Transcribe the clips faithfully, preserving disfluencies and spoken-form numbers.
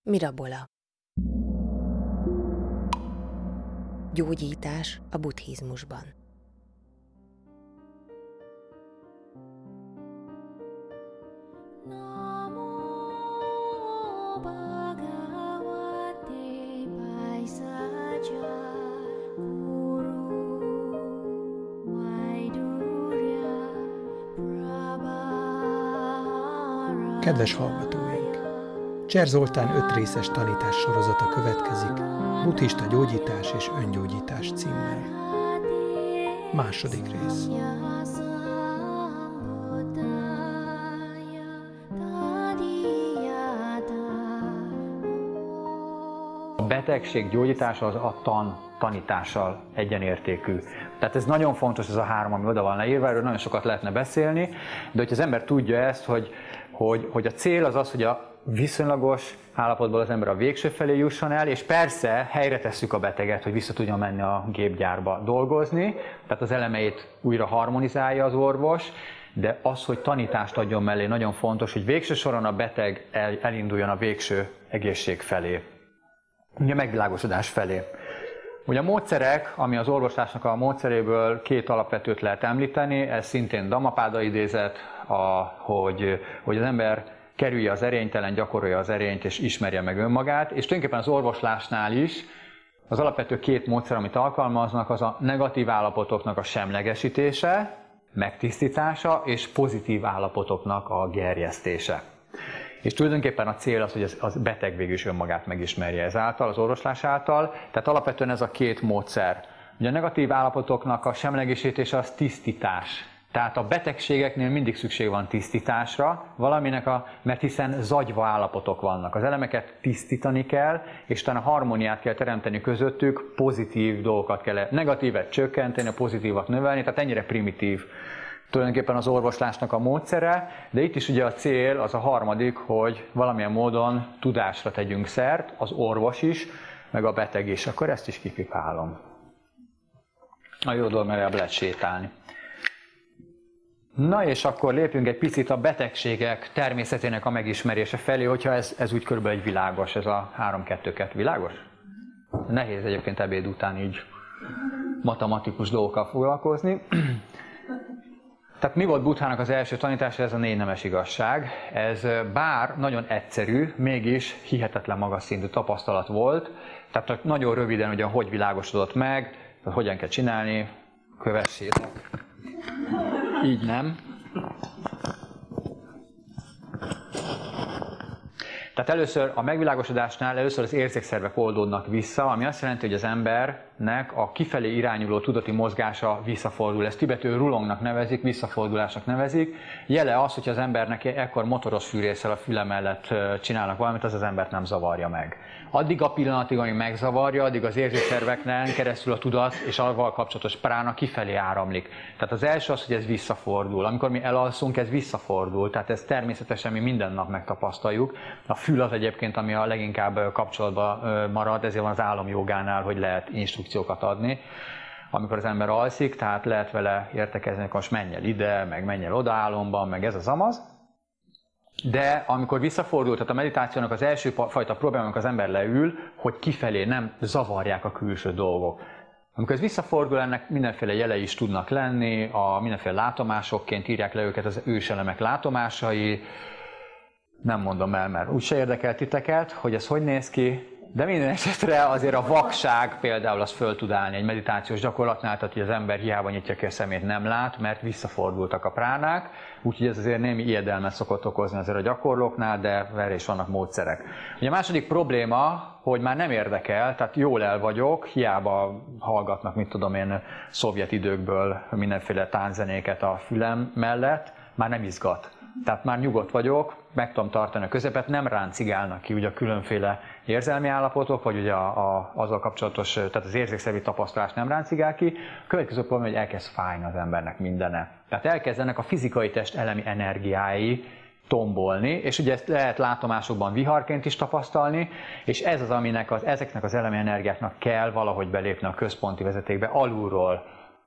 Mirabola. Gyógyítás a buddhizmusban. Kedves hallgatóink! Cser Zoltán öt részes tanítás sorozata következik, buddhista gyógyítás és öngyógyítás címmel. Második rész. A betegség gyógyítása az a tan tanítással egyenértékű. Tehát ez nagyon fontos, ez a három, ami oda van leírva, erről nagyon sokat lehetne beszélni, de hogyha az ember tudja ezt, hogy, hogy, hogy a cél az az, hogy a viszonylagos állapotból az ember a végső felé jusson el, és persze helyre tesszük a beteget, hogy vissza tudjon menni a gépgyárba dolgozni, tehát az elemeit újra harmonizálja az orvos, de az, hogy tanítást adjon mellé, nagyon fontos, hogy végső soron a beteg el, elinduljon a végső egészség felé, ugye a megvilágosodás felé. Ugye a módszerek, ami az orvoslásnak a módszeréből két alapvetőt lehet említeni, ez szintén Dhammapada idézet, a, hogy, hogy az ember kerülje az erénytelen, gyakorolja az erényt és ismerje meg önmagát, és tulajdonképpen az orvoslásnál is az alapvető két módszer, amit alkalmaznak, az a negatív állapotoknak a semlegesítése, megtisztítása és pozitív állapotoknak a gerjesztése. És tulajdonképpen a cél az, hogy az beteg végül is önmagát megismerje ezáltal, az orvoslás által. Tehát alapvetően ez a két módszer. Ugye a negatív állapotoknak a semlegesítése az tisztítás. Tehát a betegségeknél mindig szükség van tisztításra, valaminek a, mert hiszen zagyva állapotok vannak. Az elemeket tisztítani kell, és utána harmóniát kell teremteni közöttük, pozitív dolgokat kell, negatívet csökkenteni, a pozitívat növelni, tehát ennyire primitív tulajdonképpen az orvoslásnak a módszere, de itt is ugye a cél az a harmadik, hogy valamilyen módon tudásra tegyünk szert, az orvos is, meg a beteg is. Akkor ezt is kipipálom. A jó dolog, mert lehet sétálni. Na és akkor lépjünk egy picit a betegségek természetének a megismerése felé, hogyha ez, ez úgy körülbelül egy világos, ez a három-kettő-kettő világos? Nehéz egyébként ebéd után így matematikus dolgokkal foglalkozni. Tehát mi volt Buddhának az első tanítása? Ez a négy nemes igazság. Ez bár nagyon egyszerű, mégis hihetetlen magas szintű tapasztalat volt. Tehát nagyon röviden ugyan hogy világosodott meg, hogyan kell csinálni, kövessétek. Így nem. Tehát először a megvilágosodásnál először az érzékszervek oldódnak vissza, ami azt jelenti, hogy az embernek a kifelé irányuló tudati mozgása visszafordul. Ezt tibetül rulongnak nevezik, visszafordulásnak nevezik. Jele az, hogy az embernek ekkor motoros fűrésszel a füle mellett csinálnak valamit, az az embert nem zavarja meg. Addig a pillanatig, ami megzavarja, addig az érzékszerveknen keresztül a tudat és avval kapcsolatos prána kifelé áramlik. Tehát az első az, hogy ez visszafordul. Amikor mi elalszunk, ez visszafordul. Tehát ez természetesen mi minden nap megtapasztaljuk. A fül az egyébként, ami a leginkább kapcsolatban marad, ezért van az álomjogánál, hogy lehet instrukciókat adni, amikor az ember alszik, tehát lehet vele értekezni, hogy most menj el ide, meg menj el oda álomban, meg ez az amaz. De amikor visszafordul, tehát a meditációnak az első fajta probléma, amikor az ember leül, hogy kifelé nem zavarják a külső dolgok. Amikor ez visszafordul, ennek mindenféle jelei is tudnak lenni, a mindenféle látomásokként írják le őket az őselemek látomásai. Nem mondom el, mert úgyse érdekel titeket, hogy ez hogy néz ki, de minden esetre azért a vakság például az föl tud állni egy meditációs gyakorlatnál, tehát hogy az ember hiába nyitja ki a szemét, nem lát, mert visszafordultak a pránák, úgyhogy ez azért némi ijedelmet szokott okozni azért a gyakorlóknál, de erre is vannak módszerek. Ugye a második probléma, hogy már nem érdekel, tehát jól el vagyok, hiába hallgatnak, mit tudom én, szovjet időkből mindenféle tánzenéket a fülem mellett, már nem izgat. Tehát már nyugodt vagyok, meg tudom tartani a közepet, nem ráncigálnak ki ugye a különféle érzelmi állapotok, vagy ugye a, a, azzal kapcsolatos, tehát az érzékszervi tapasztalás nem ráncigál ki. A következő probléma, hogy elkezd fájni az embernek mindene. Tehát elkezdenek a fizikai test elemi energiái tombolni, és ugye ezt lehet látomásokban viharként is tapasztalni, és ez az, aminek az, ezeknek az elemi energiáknak kell valahogy belépni a központi vezetékbe alulról.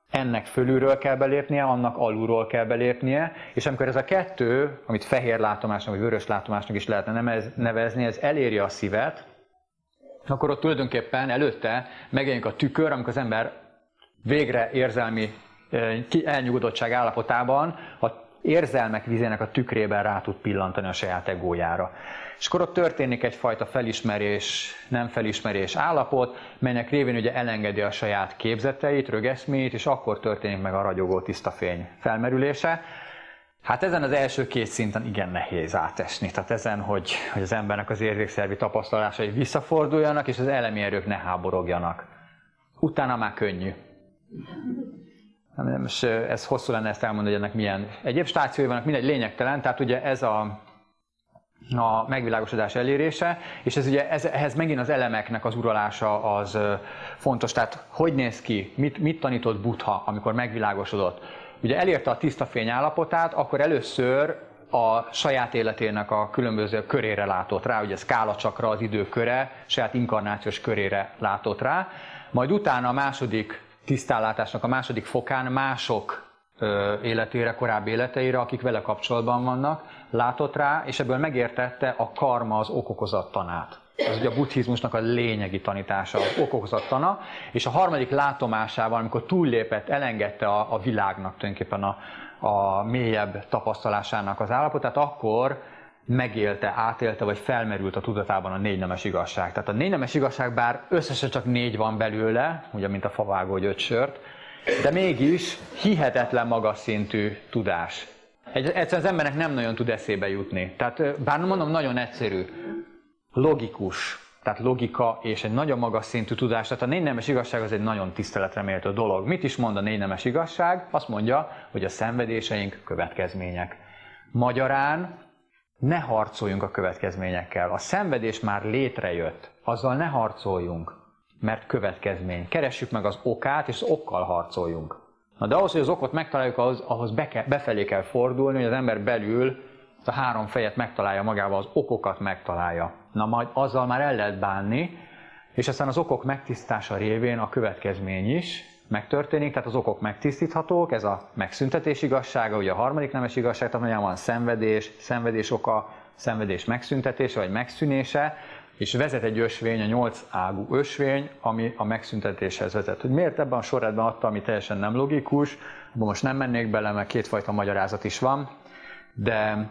ennek fölülről kell belépnie, annak alulról kell belépnie, és amikor ez a kettő, amit fehér látomásnak vagy vörös látomásnak is lehetne nevezni, ez eléri a szívet, akkor ott tulajdonképpen előtte megjelenik a tükör, amikor az ember végre érzelmi elnyugodottság állapotában a érzelmek vizének a tükrében rá tud pillantani a saját egójára. És akkor ott történik egyfajta felismerés, nem felismerés állapot, melynek révén ugye elengedi a saját képzeteit, rögeszmét, és akkor történik meg a ragyogó tiszta fény felmerülése. Hát ezen az első két szinten igen nehéz átesni. Tehát ezen, hogy, hogy az embernek az érzékszervi tapasztalásai visszaforduljanak, és az elemi erők ne háborogjanak. Utána már könnyű. Most ez hosszú lenne ezt elmondani, hogy ennek milyen egyéb stációi vannak, mindegy lényegtelen. Tehát ugye ez a, a megvilágosodás elérése, és ez ugye ez, ehhez megint az elemeknek az uralása az fontos. Tehát hogy néz ki, mit, mit tanított Buddha, amikor megvilágosodott? Ugye elérte a tiszta fény állapotát, akkor először a saját életének a különböző körére látott rá, ugye szkála csakra, az idő köre, saját inkarnációs körére látott rá, majd utána a második tisztállátásnak a második fokán mások ö, életére, korábbi életeire, akik vele kapcsolatban vannak, látott rá, és ebből megértette a karma, az okokozat tanát. Ez ugye a buddhizmusnak a lényegi tanítása, az okokozat tana, és a harmadik látomásával, amikor túllépett, elengedte a, a világnak tulajdonképpen a, a mélyebb tapasztalásának az állapotát, akkor megélte, átélte, vagy felmerült a tudatában a négy nemes igazság. Tehát a négy nemes igazság, bár összesen csak négy van belőle, ugye mint a favágó egy öt sört, de mégis hihetetlen magas szintű tudás. Egyszerűen az embernek nem nagyon tud eszébe jutni. Tehát bár mondom, nagyon egyszerű, logikus, tehát logika és egy nagyon magas szintű tudás. Tehát a négy nemes igazság az egy nagyon tiszteletre méltó dolog. Mit is mond a négy nemes igazság? Azt mondja, hogy a szenvedéseink következmények. Magyarán ne harcoljunk a következményekkel. A szenvedés már létrejött, azzal ne harcoljunk, mert következmény. Keressük meg az okát, és az okkal harcoljunk. Na de ahhoz, hogy az okot megtaláljuk, ahhoz, ahhoz be kell, befelé kell fordulni, hogy az ember belül a három fejet megtalálja magával, az okokat megtalálja. Na majd azzal már el lehet bánni, és aztán az okok megtisztása révén a következmény is megtörténik, tehát az okok megtisztíthatók, ez a megszüntetés igazsága, ugye a harmadik nemes igazság, tehát van szenvedés, szenvedés oka, szenvedés megszüntetése vagy megszűnése, és vezet egy ösvény, a nyolc ágú ösvény, ami a megszüntetéshez vezet. Hogy miért ebben a sorrendben adta, ami teljesen nem logikus, abban most nem mennék bele, mert kétfajta magyarázat is van, de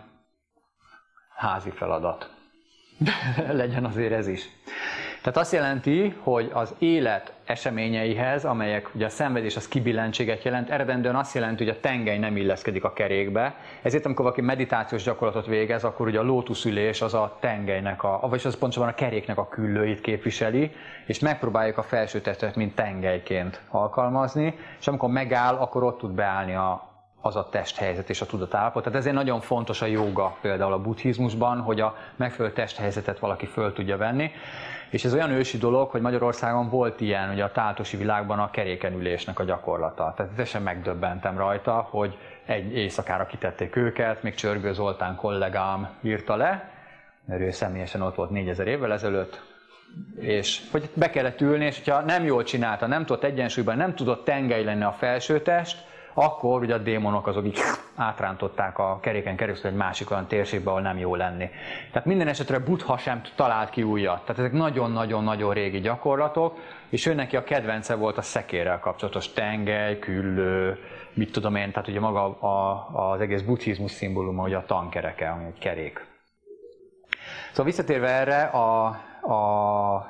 házi feladat. Legyen azért ez is. Tehát azt jelenti, hogy az élet eseményeihez, amelyek ugye a szenvedés az kibillentséget jelent, eredendően azt jelenti, hogy a tengely nem illeszkedik a kerékbe. Ezért, amikor valaki meditációs gyakorlatot végez, akkor ugye a lótuszülés az a tengelynek, a, vagy az pontosabban a keréknek a küllőit képviseli, és megpróbáljuk a felső testet mint tengelyként alkalmazni, és amikor megáll, akkor ott tud beállni a az a testhelyzet és a tudatállapot. Tehát ezért nagyon fontos a jóga például a buddhizmusban, hogy a megfelelő testhelyzetet valaki föl tudja venni. És ez olyan ősi dolog, hogy Magyarországon volt ilyen, ugye a táltosi világban a kerékenülésnek a gyakorlata. Tehát teljesen megdöbbentem rajta, hogy egy éjszakára kitették őket, még Csörgő Zoltán kollégám írta le, mert ő személyesen ott volt négyezer évvel ezelőtt, és hogy be kellett ülni, és hogyha nem jól csinálta, nem tudott egyensúlyban, nem tudott tengely lenni a felsőtest, akkor ugye a démonok azok így átrántották a keréken keresztül egy másik olyan térségbe, ahol nem jó lenni. Tehát minden esetre Buddha sem talált ki újat. Tehát ezek nagyon-nagyon-nagyon régi gyakorlatok, és ő neki a kedvence volt a szekérrel kapcsolatos tengely, küllő, mit tudom én, tehát ugye maga a, az egész buddhizmus szimbóluma, ugye a tankereke, ami egy kerék. Szóval visszatérve erre, a, a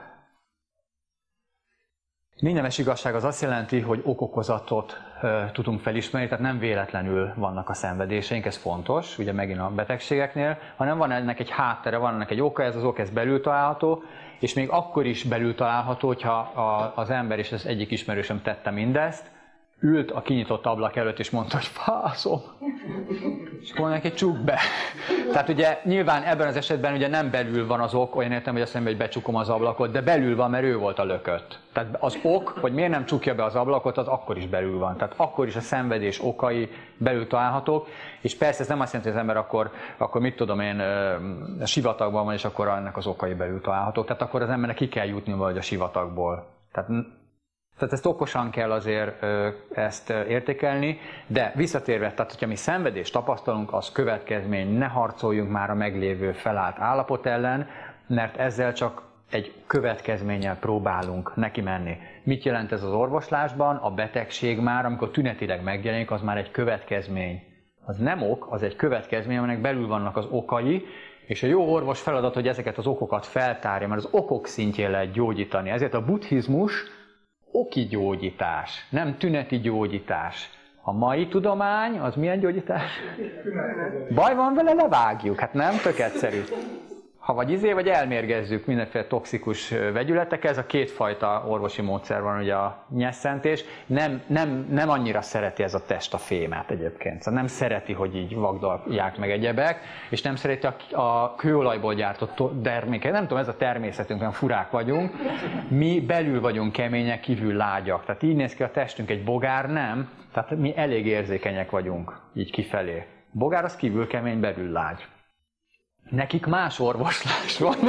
négy nemes igazság az azt jelenti, hogy okokozatot e, tudunk felismerni, tehát nem véletlenül vannak a szenvedéseink, ez fontos, ugye megint a betegségeknél, hanem van ennek egy háttere, van ennek egy oka, ez az ok, ez belül található, és még akkor is belül található, hogyha a, az ember, és az egyik ismerősöm tette mindezt, ült a kinyitott ablak előtt, és mondta, hogy fászom, és akkor neki csukd be. Tehát ugye nyilván ebben az esetben ugye nem belül van az ok, olyan értem, hogy azt mondja, hogy becsukom az ablakot, de belül van, mert ő volt a lökött. Tehát az ok, hogy miért nem csukja be az ablakot, az akkor is belül van. Tehát akkor is a szenvedés okai belül találhatók, és persze ez nem azt jelenti, hogy az ember akkor, akkor mit tudom én, a sivatagban van, és akkor ennek az okai belül találhatók. Tehát akkor az embernek ki kell jutni valahogy a sivatagból. Tehát Tehát ezt okosan kell azért ezt értékelni, de visszatérve, tehát hogyha mi szenvedést tapasztalunk, az következmény, ne harcoljunk már a meglévő felállt állapot ellen, mert ezzel csak egy következménnyel próbálunk neki menni. Mit jelent ez az orvoslásban? A betegség már, amikor tünetileg megjelenik, az már egy következmény. Az nem ok, az egy következmény, aminek belül vannak az okai, és a jó orvos feladat, hogy ezeket az okokat feltárja, mert az okok szintjén lehet gyógyítani. Ezért a buddhizmus oki gyógyítás, nem tüneti gyógyítás. A mai tudomány, az milyen gyógyítás? Baj van vele, levágjuk. Hát nem, tök egyszerű. Ha vagy izé, vagy elmérgezzük mindenféle toxikus vegyületekkel, ez a kétfajta orvosi módszer van, ugye a nyesszentés. Nem, nem, nem annyira szereti ez a test a fémát egyébként. Szóval nem szereti, hogy így vagdalják meg egyebek, és nem szereti a, a kőolajból gyártott terméket. Nem tudom, ez a természetünk, olyan furák vagyunk. Mi belül vagyunk kemények, kívül lágyak. Tehát így néz ki a testünk, egy bogár nem. Tehát mi elég érzékenyek vagyunk, így kifelé. Bogár az kívül kemény, belül lágy. Nekik más orvoslás van.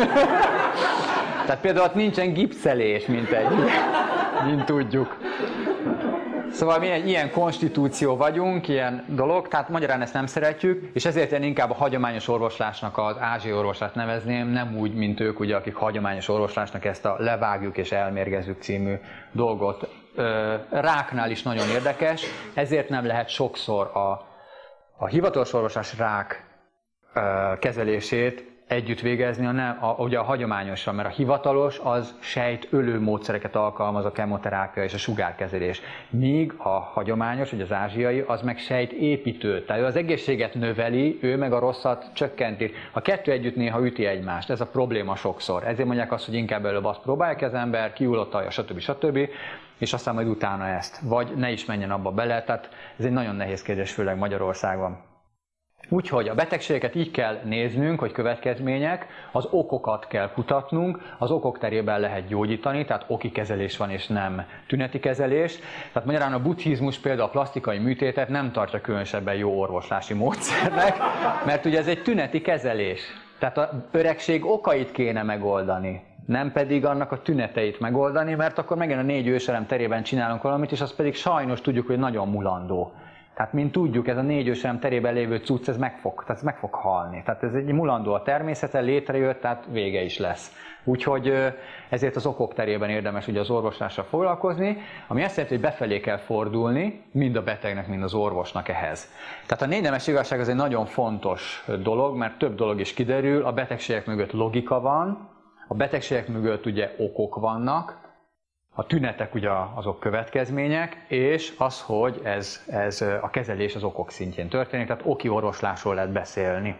Tehát például ott nincsen gipszelés, mint egy, mint tudjuk. Szóval mi egy ilyen konstitúció vagyunk, ilyen dolog, tehát magyarán ezt nem szeretjük, és ezért én inkább a hagyományos orvoslásnak az ázsiai orvoslást nevezném, nem úgy, mint ők, ugye, akik hagyományos orvoslásnak ezt a levágjuk és elmérgezzük című dolgot. Ráknál is nagyon érdekes, ezért nem lehet sokszor a, a hivatalos orvoslás rák kezelését együtt végezni, a, nem, a, ugye a hagyományosra, mert a hivatalos az sejtölő módszereket alkalmaz, a kemoterápia és a sugárkezelés. Míg a hagyományos, vagy az ázsiai, az meg sejtépítő. Tehát ő az egészséget növeli, ő meg a rosszat csökkenti. A kettő együtt néha üti egymást, ez a probléma sokszor. Ezért mondják azt, hogy inkább előbb azt próbálja ki az ember, kihullott alja, stb. stb. És aztán majd utána ezt. Vagy ne is menjen abba bele, tehát ez egy nagyon nehéz kérdés, főleg Magyarországon. Úgyhogy a betegségeket így kell néznünk, hogy következmények, az okokat kell kutatnunk, az okok terében lehet gyógyítani, tehát oki kezelés van és nem tüneti kezelés. Tehát magyarán a buddhizmus például a plasztikai műtétet nem tartja különösebben jó orvoslási módszernek, mert ugye ez egy tüneti kezelés. Tehát az öregség okait kéne megoldani, nem pedig annak a tüneteit megoldani, mert akkor megint a négy őselem terében csinálunk valamit, és azt pedig sajnos tudjuk, hogy nagyon mulandó. Tehát, mint tudjuk, ez a négy őselem terében lévő cucc, ez meg fog, tehát ez meg fog halni. Tehát ez egy mulandó a természeten, létrejött, tehát vége is lesz. Úgyhogy ezért az okok terében érdemes ugye az orvoslással foglalkozni, ami azt jelenti, hogy befelé kell fordulni, mind a betegnek, mind az orvosnak ehhez. Tehát a négy nemes igazság az egy nagyon fontos dolog, mert több dolog is kiderül, a betegségek mögött logika van, a betegségek mögött ugye okok vannak, a tünetek ugye azok következmények, és az, hogy ez, ez a kezelés az okok szintjén történik, tehát oki orvoslásról lehet beszélni.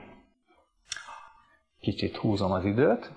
Kicsit húzom az időt.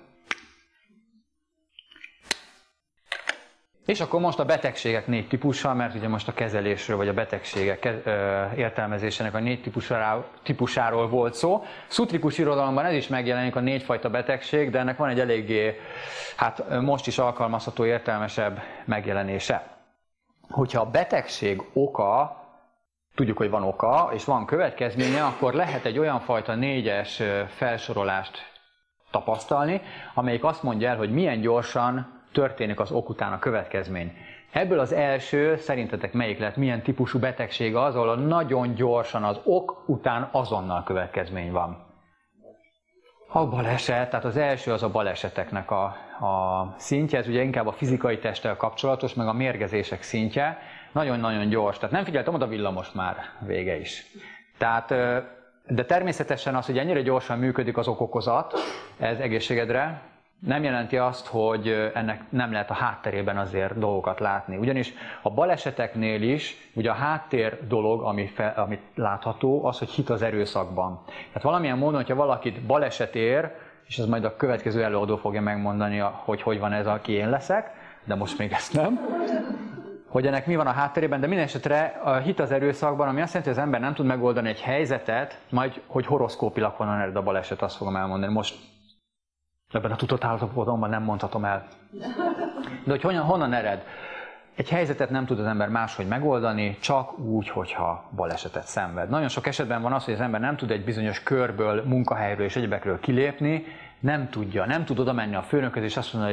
És akkor most a betegségek négy típusa, mert ugye most a kezelésről, vagy a betegségek értelmezésének a négy típusáról, típusáról volt szó. Szutrikus irodalomban ez is megjelenik, a négyfajta betegség, de ennek van egy eléggé, hát most is alkalmazható, értelmesebb megjelenése. Hogyha a betegség oka, tudjuk, hogy van oka, és van következménye, akkor lehet egy olyan fajta négyes felsorolást tapasztalni, amelyik azt mondja el, hogy milyen gyorsan történik az ok után a következmény. Ebből az első, szerintetek melyik lehet, milyen típusú betegség az, ahol nagyon gyorsan az ok után azonnal következmény van? A baleset, tehát az első az a baleseteknek a, a szintje, ez ugye inkább a fizikai testtel kapcsolatos, meg a mérgezések szintje, nagyon-nagyon gyors, tehát nem figyeltem, oda villamos már, vége is. Tehát, de természetesen az, hogy ennyire gyorsan működik az okokozat, ez egészségedre, nem jelenti azt, hogy ennek nem lehet a hátterében azért dolgokat látni. Ugyanis a baleseteknél is ugye a háttér dolog, ami fel, amit látható, az, hogy hit az erőszakban. Tehát valamilyen módon, hogyha valakit baleset ér, és ez majd a következő előadó fogja megmondani, hogy hogy van ez, aki én leszek, de most még ezt nem, hogy ennek mi van a hátterében, de minden esetre a hit az erőszakban, ami azt jelenti, hogy az ember nem tud megoldani egy helyzetet, majd hogy horoszkópilag honnan ered a baleset, azt fogom elmondani. Most ebben a tudott állapotomban nem mondhatom el. De hogy honnan, honnan ered? Egy helyzetet nem tud az ember máshogy megoldani, csak úgy, hogyha balesetet szenved. Nagyon sok esetben van az, hogy az ember nem tud egy bizonyos körből, munkahelyről és egyebekről kilépni, nem tudja, nem tud oda menni a főnökhöz és azt mondani, hogy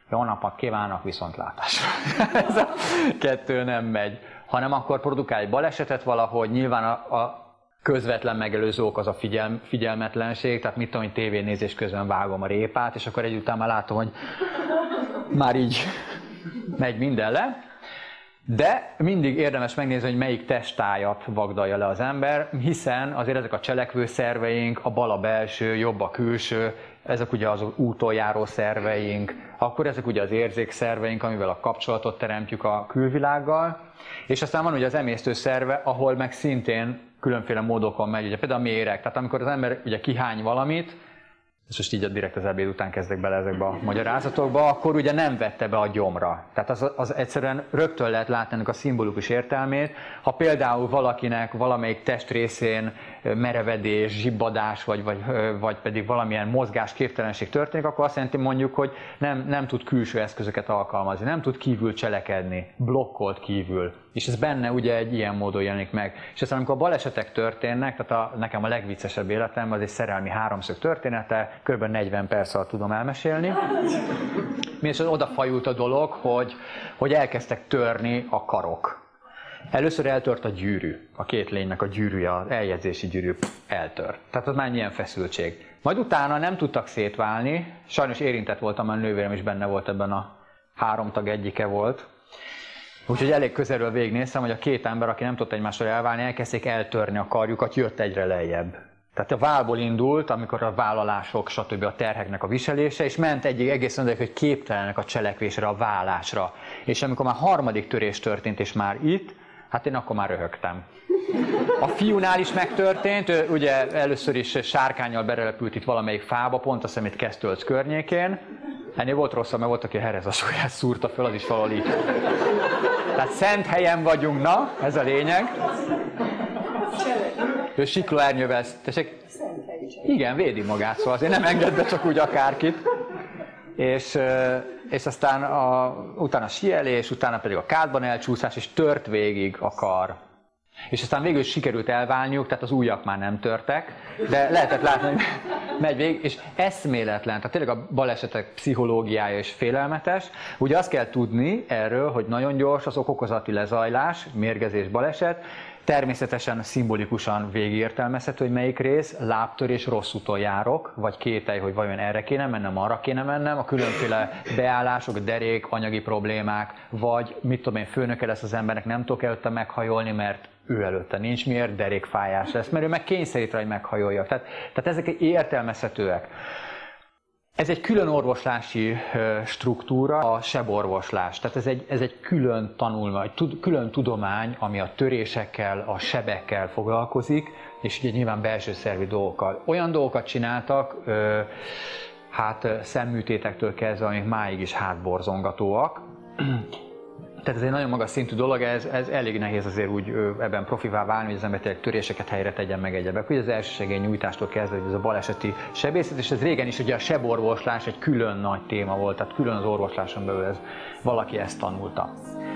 jó napot kívánok, viszontlátásra. Ez a kettő nem megy. Hanem akkor produkál egy balesetet valahogy, nyilván a, a közvetlen megelőző ok az a figyel, figyelmetlenség, tehát mit tudom, hogy tévénézés közben vágom a répát, és akkor egy után már látom, hogy már így megy minden le. De mindig érdemes megnézni, hogy melyik testtájat vagdalja le az ember, hiszen azért ezek a cselekvő szerveink, a bal a belső, jobb a külső, ezek ugye az útoljáró szerveink, akkor ezek ugye az érzékszerveink, amivel a kapcsolatot teremtjük a külvilággal, és aztán van ugye az emésztő szerve, ahol meg szintén különféle módokon megy, ugye például a méreg, tehát amikor az ember ugye kihány valamit, és most így direkt az ebéd után kezdek bele ezekbe a magyarázatokba, akkor ugye nem vette be a gyomra. Tehát az, az egyszerűen rögtön lehet látni ennek a szimbolikus értelmét. Ha például valakinek valamelyik testrészén merevedés, zsibbadás, vagy, vagy, vagy pedig valamilyen mozgásképtelenség történik, akkor azt jelenti mondjuk, hogy nem, nem tud külső eszközöket alkalmazni, nem tud kívül cselekedni, blokkolt kívül. És ez benne ugye egy ilyen módon jelenik meg. És aztán amikor a balesetek történnek, tehát a, nekem a legviccesebb életem az egy szerelmi háromszög története, kb. negyven perc alatt tudom elmesélni. És oda fajult a dolog, hogy, hogy elkezdtek törni a karok. Először eltört a gyűrű, a két lénynek a gyűrűje, az eljegyzési gyűrű eltört. Tehát az már ilyen feszültség. Majd utána nem tudtak szétválni, sajnos érintett voltam, a nővérem is benne volt ebben a három tag egyike volt. Úgyhogy elég közelről végignéztem, hogy a két ember, aki nem tudta egymástól elválni, elkezdték eltörni a karjukat, jött egyre lejjebb. Tehát a vállból indult, amikor a vállalások, stb. A terheknek a viselése, és ment egyik egészen odaig, hogy képtelenek a cselekvésre, a vállásra. És amikor már harmadik törés történt, és már itt, hát én akkor már röhögtem. A fiúnál is megtörtént, ő ugye először is sárkánnyal berepült itt valamelyik fába, pont a szemét Kesztölc környékén. Ennél volt rosszabb, mert volt, aki herez a súlyát szúrta föl, az is valahol így. Tehát szent helyen vagyunk, na, ez a lényeg. Ő siklóernyővel, tessék? Igen, védi magát, szóval azért nem enged be csak úgy akárkit. És, és aztán a, utána síelés, utána pedig a kádban elcsúszás, és tört végig a kar. És aztán végül is sikerült elválniuk, tehát az ujjak már nem törtek, de lehetett látni, hogy megy végig, és eszméletlen, tehát tényleg a balesetek pszichológiája is félelmetes. Ugye azt kell tudni erről, hogy nagyon gyors az okokozati lezajlás, mérgezés, baleset, természetesen szimbolikusan végigértelmezhető, hogy melyik rész, lábtörés, rossz úton járok, vagy kételj, hogy vajon erre kéne mennem, arra kéne mennem, a különféle beállások, derék, anyagi problémák, vagy mit tudom én, főnöke lesz az embernek, nem tudok előtte meghajolni, mert ő előtte nincs, miért derékfájás lesz, mert ő meg kényszerít rá, hogy meghajoljak. Tehát, tehát ezek értelmezhetőek. Ez egy külön orvoslási struktúra, a seborvoslás. Tehát ez egy, ez egy külön tanulmány, külön tudomány, ami a törésekkel, a sebekkel foglalkozik, és ugye nyilván belső szervi dolgokkal. Olyan dolgokat csináltak, hát szemműtétektől kezdve, amik máig is hátborzongatóak. Tehát ez egy nagyon magas szintű dolog, ez, ez elég nehéz azért úgy ebben profivá válni, hogy az ember tényleg töréseket helyre tegyen meg egyebek. Ugye az elsősegély nyújtástól kezdve, hogy ez a baleseti sebészet, és ez régen is ugye a seborvoslás egy külön nagy téma volt, tehát külön az orvosláson belül ez, valaki ezt tanulta.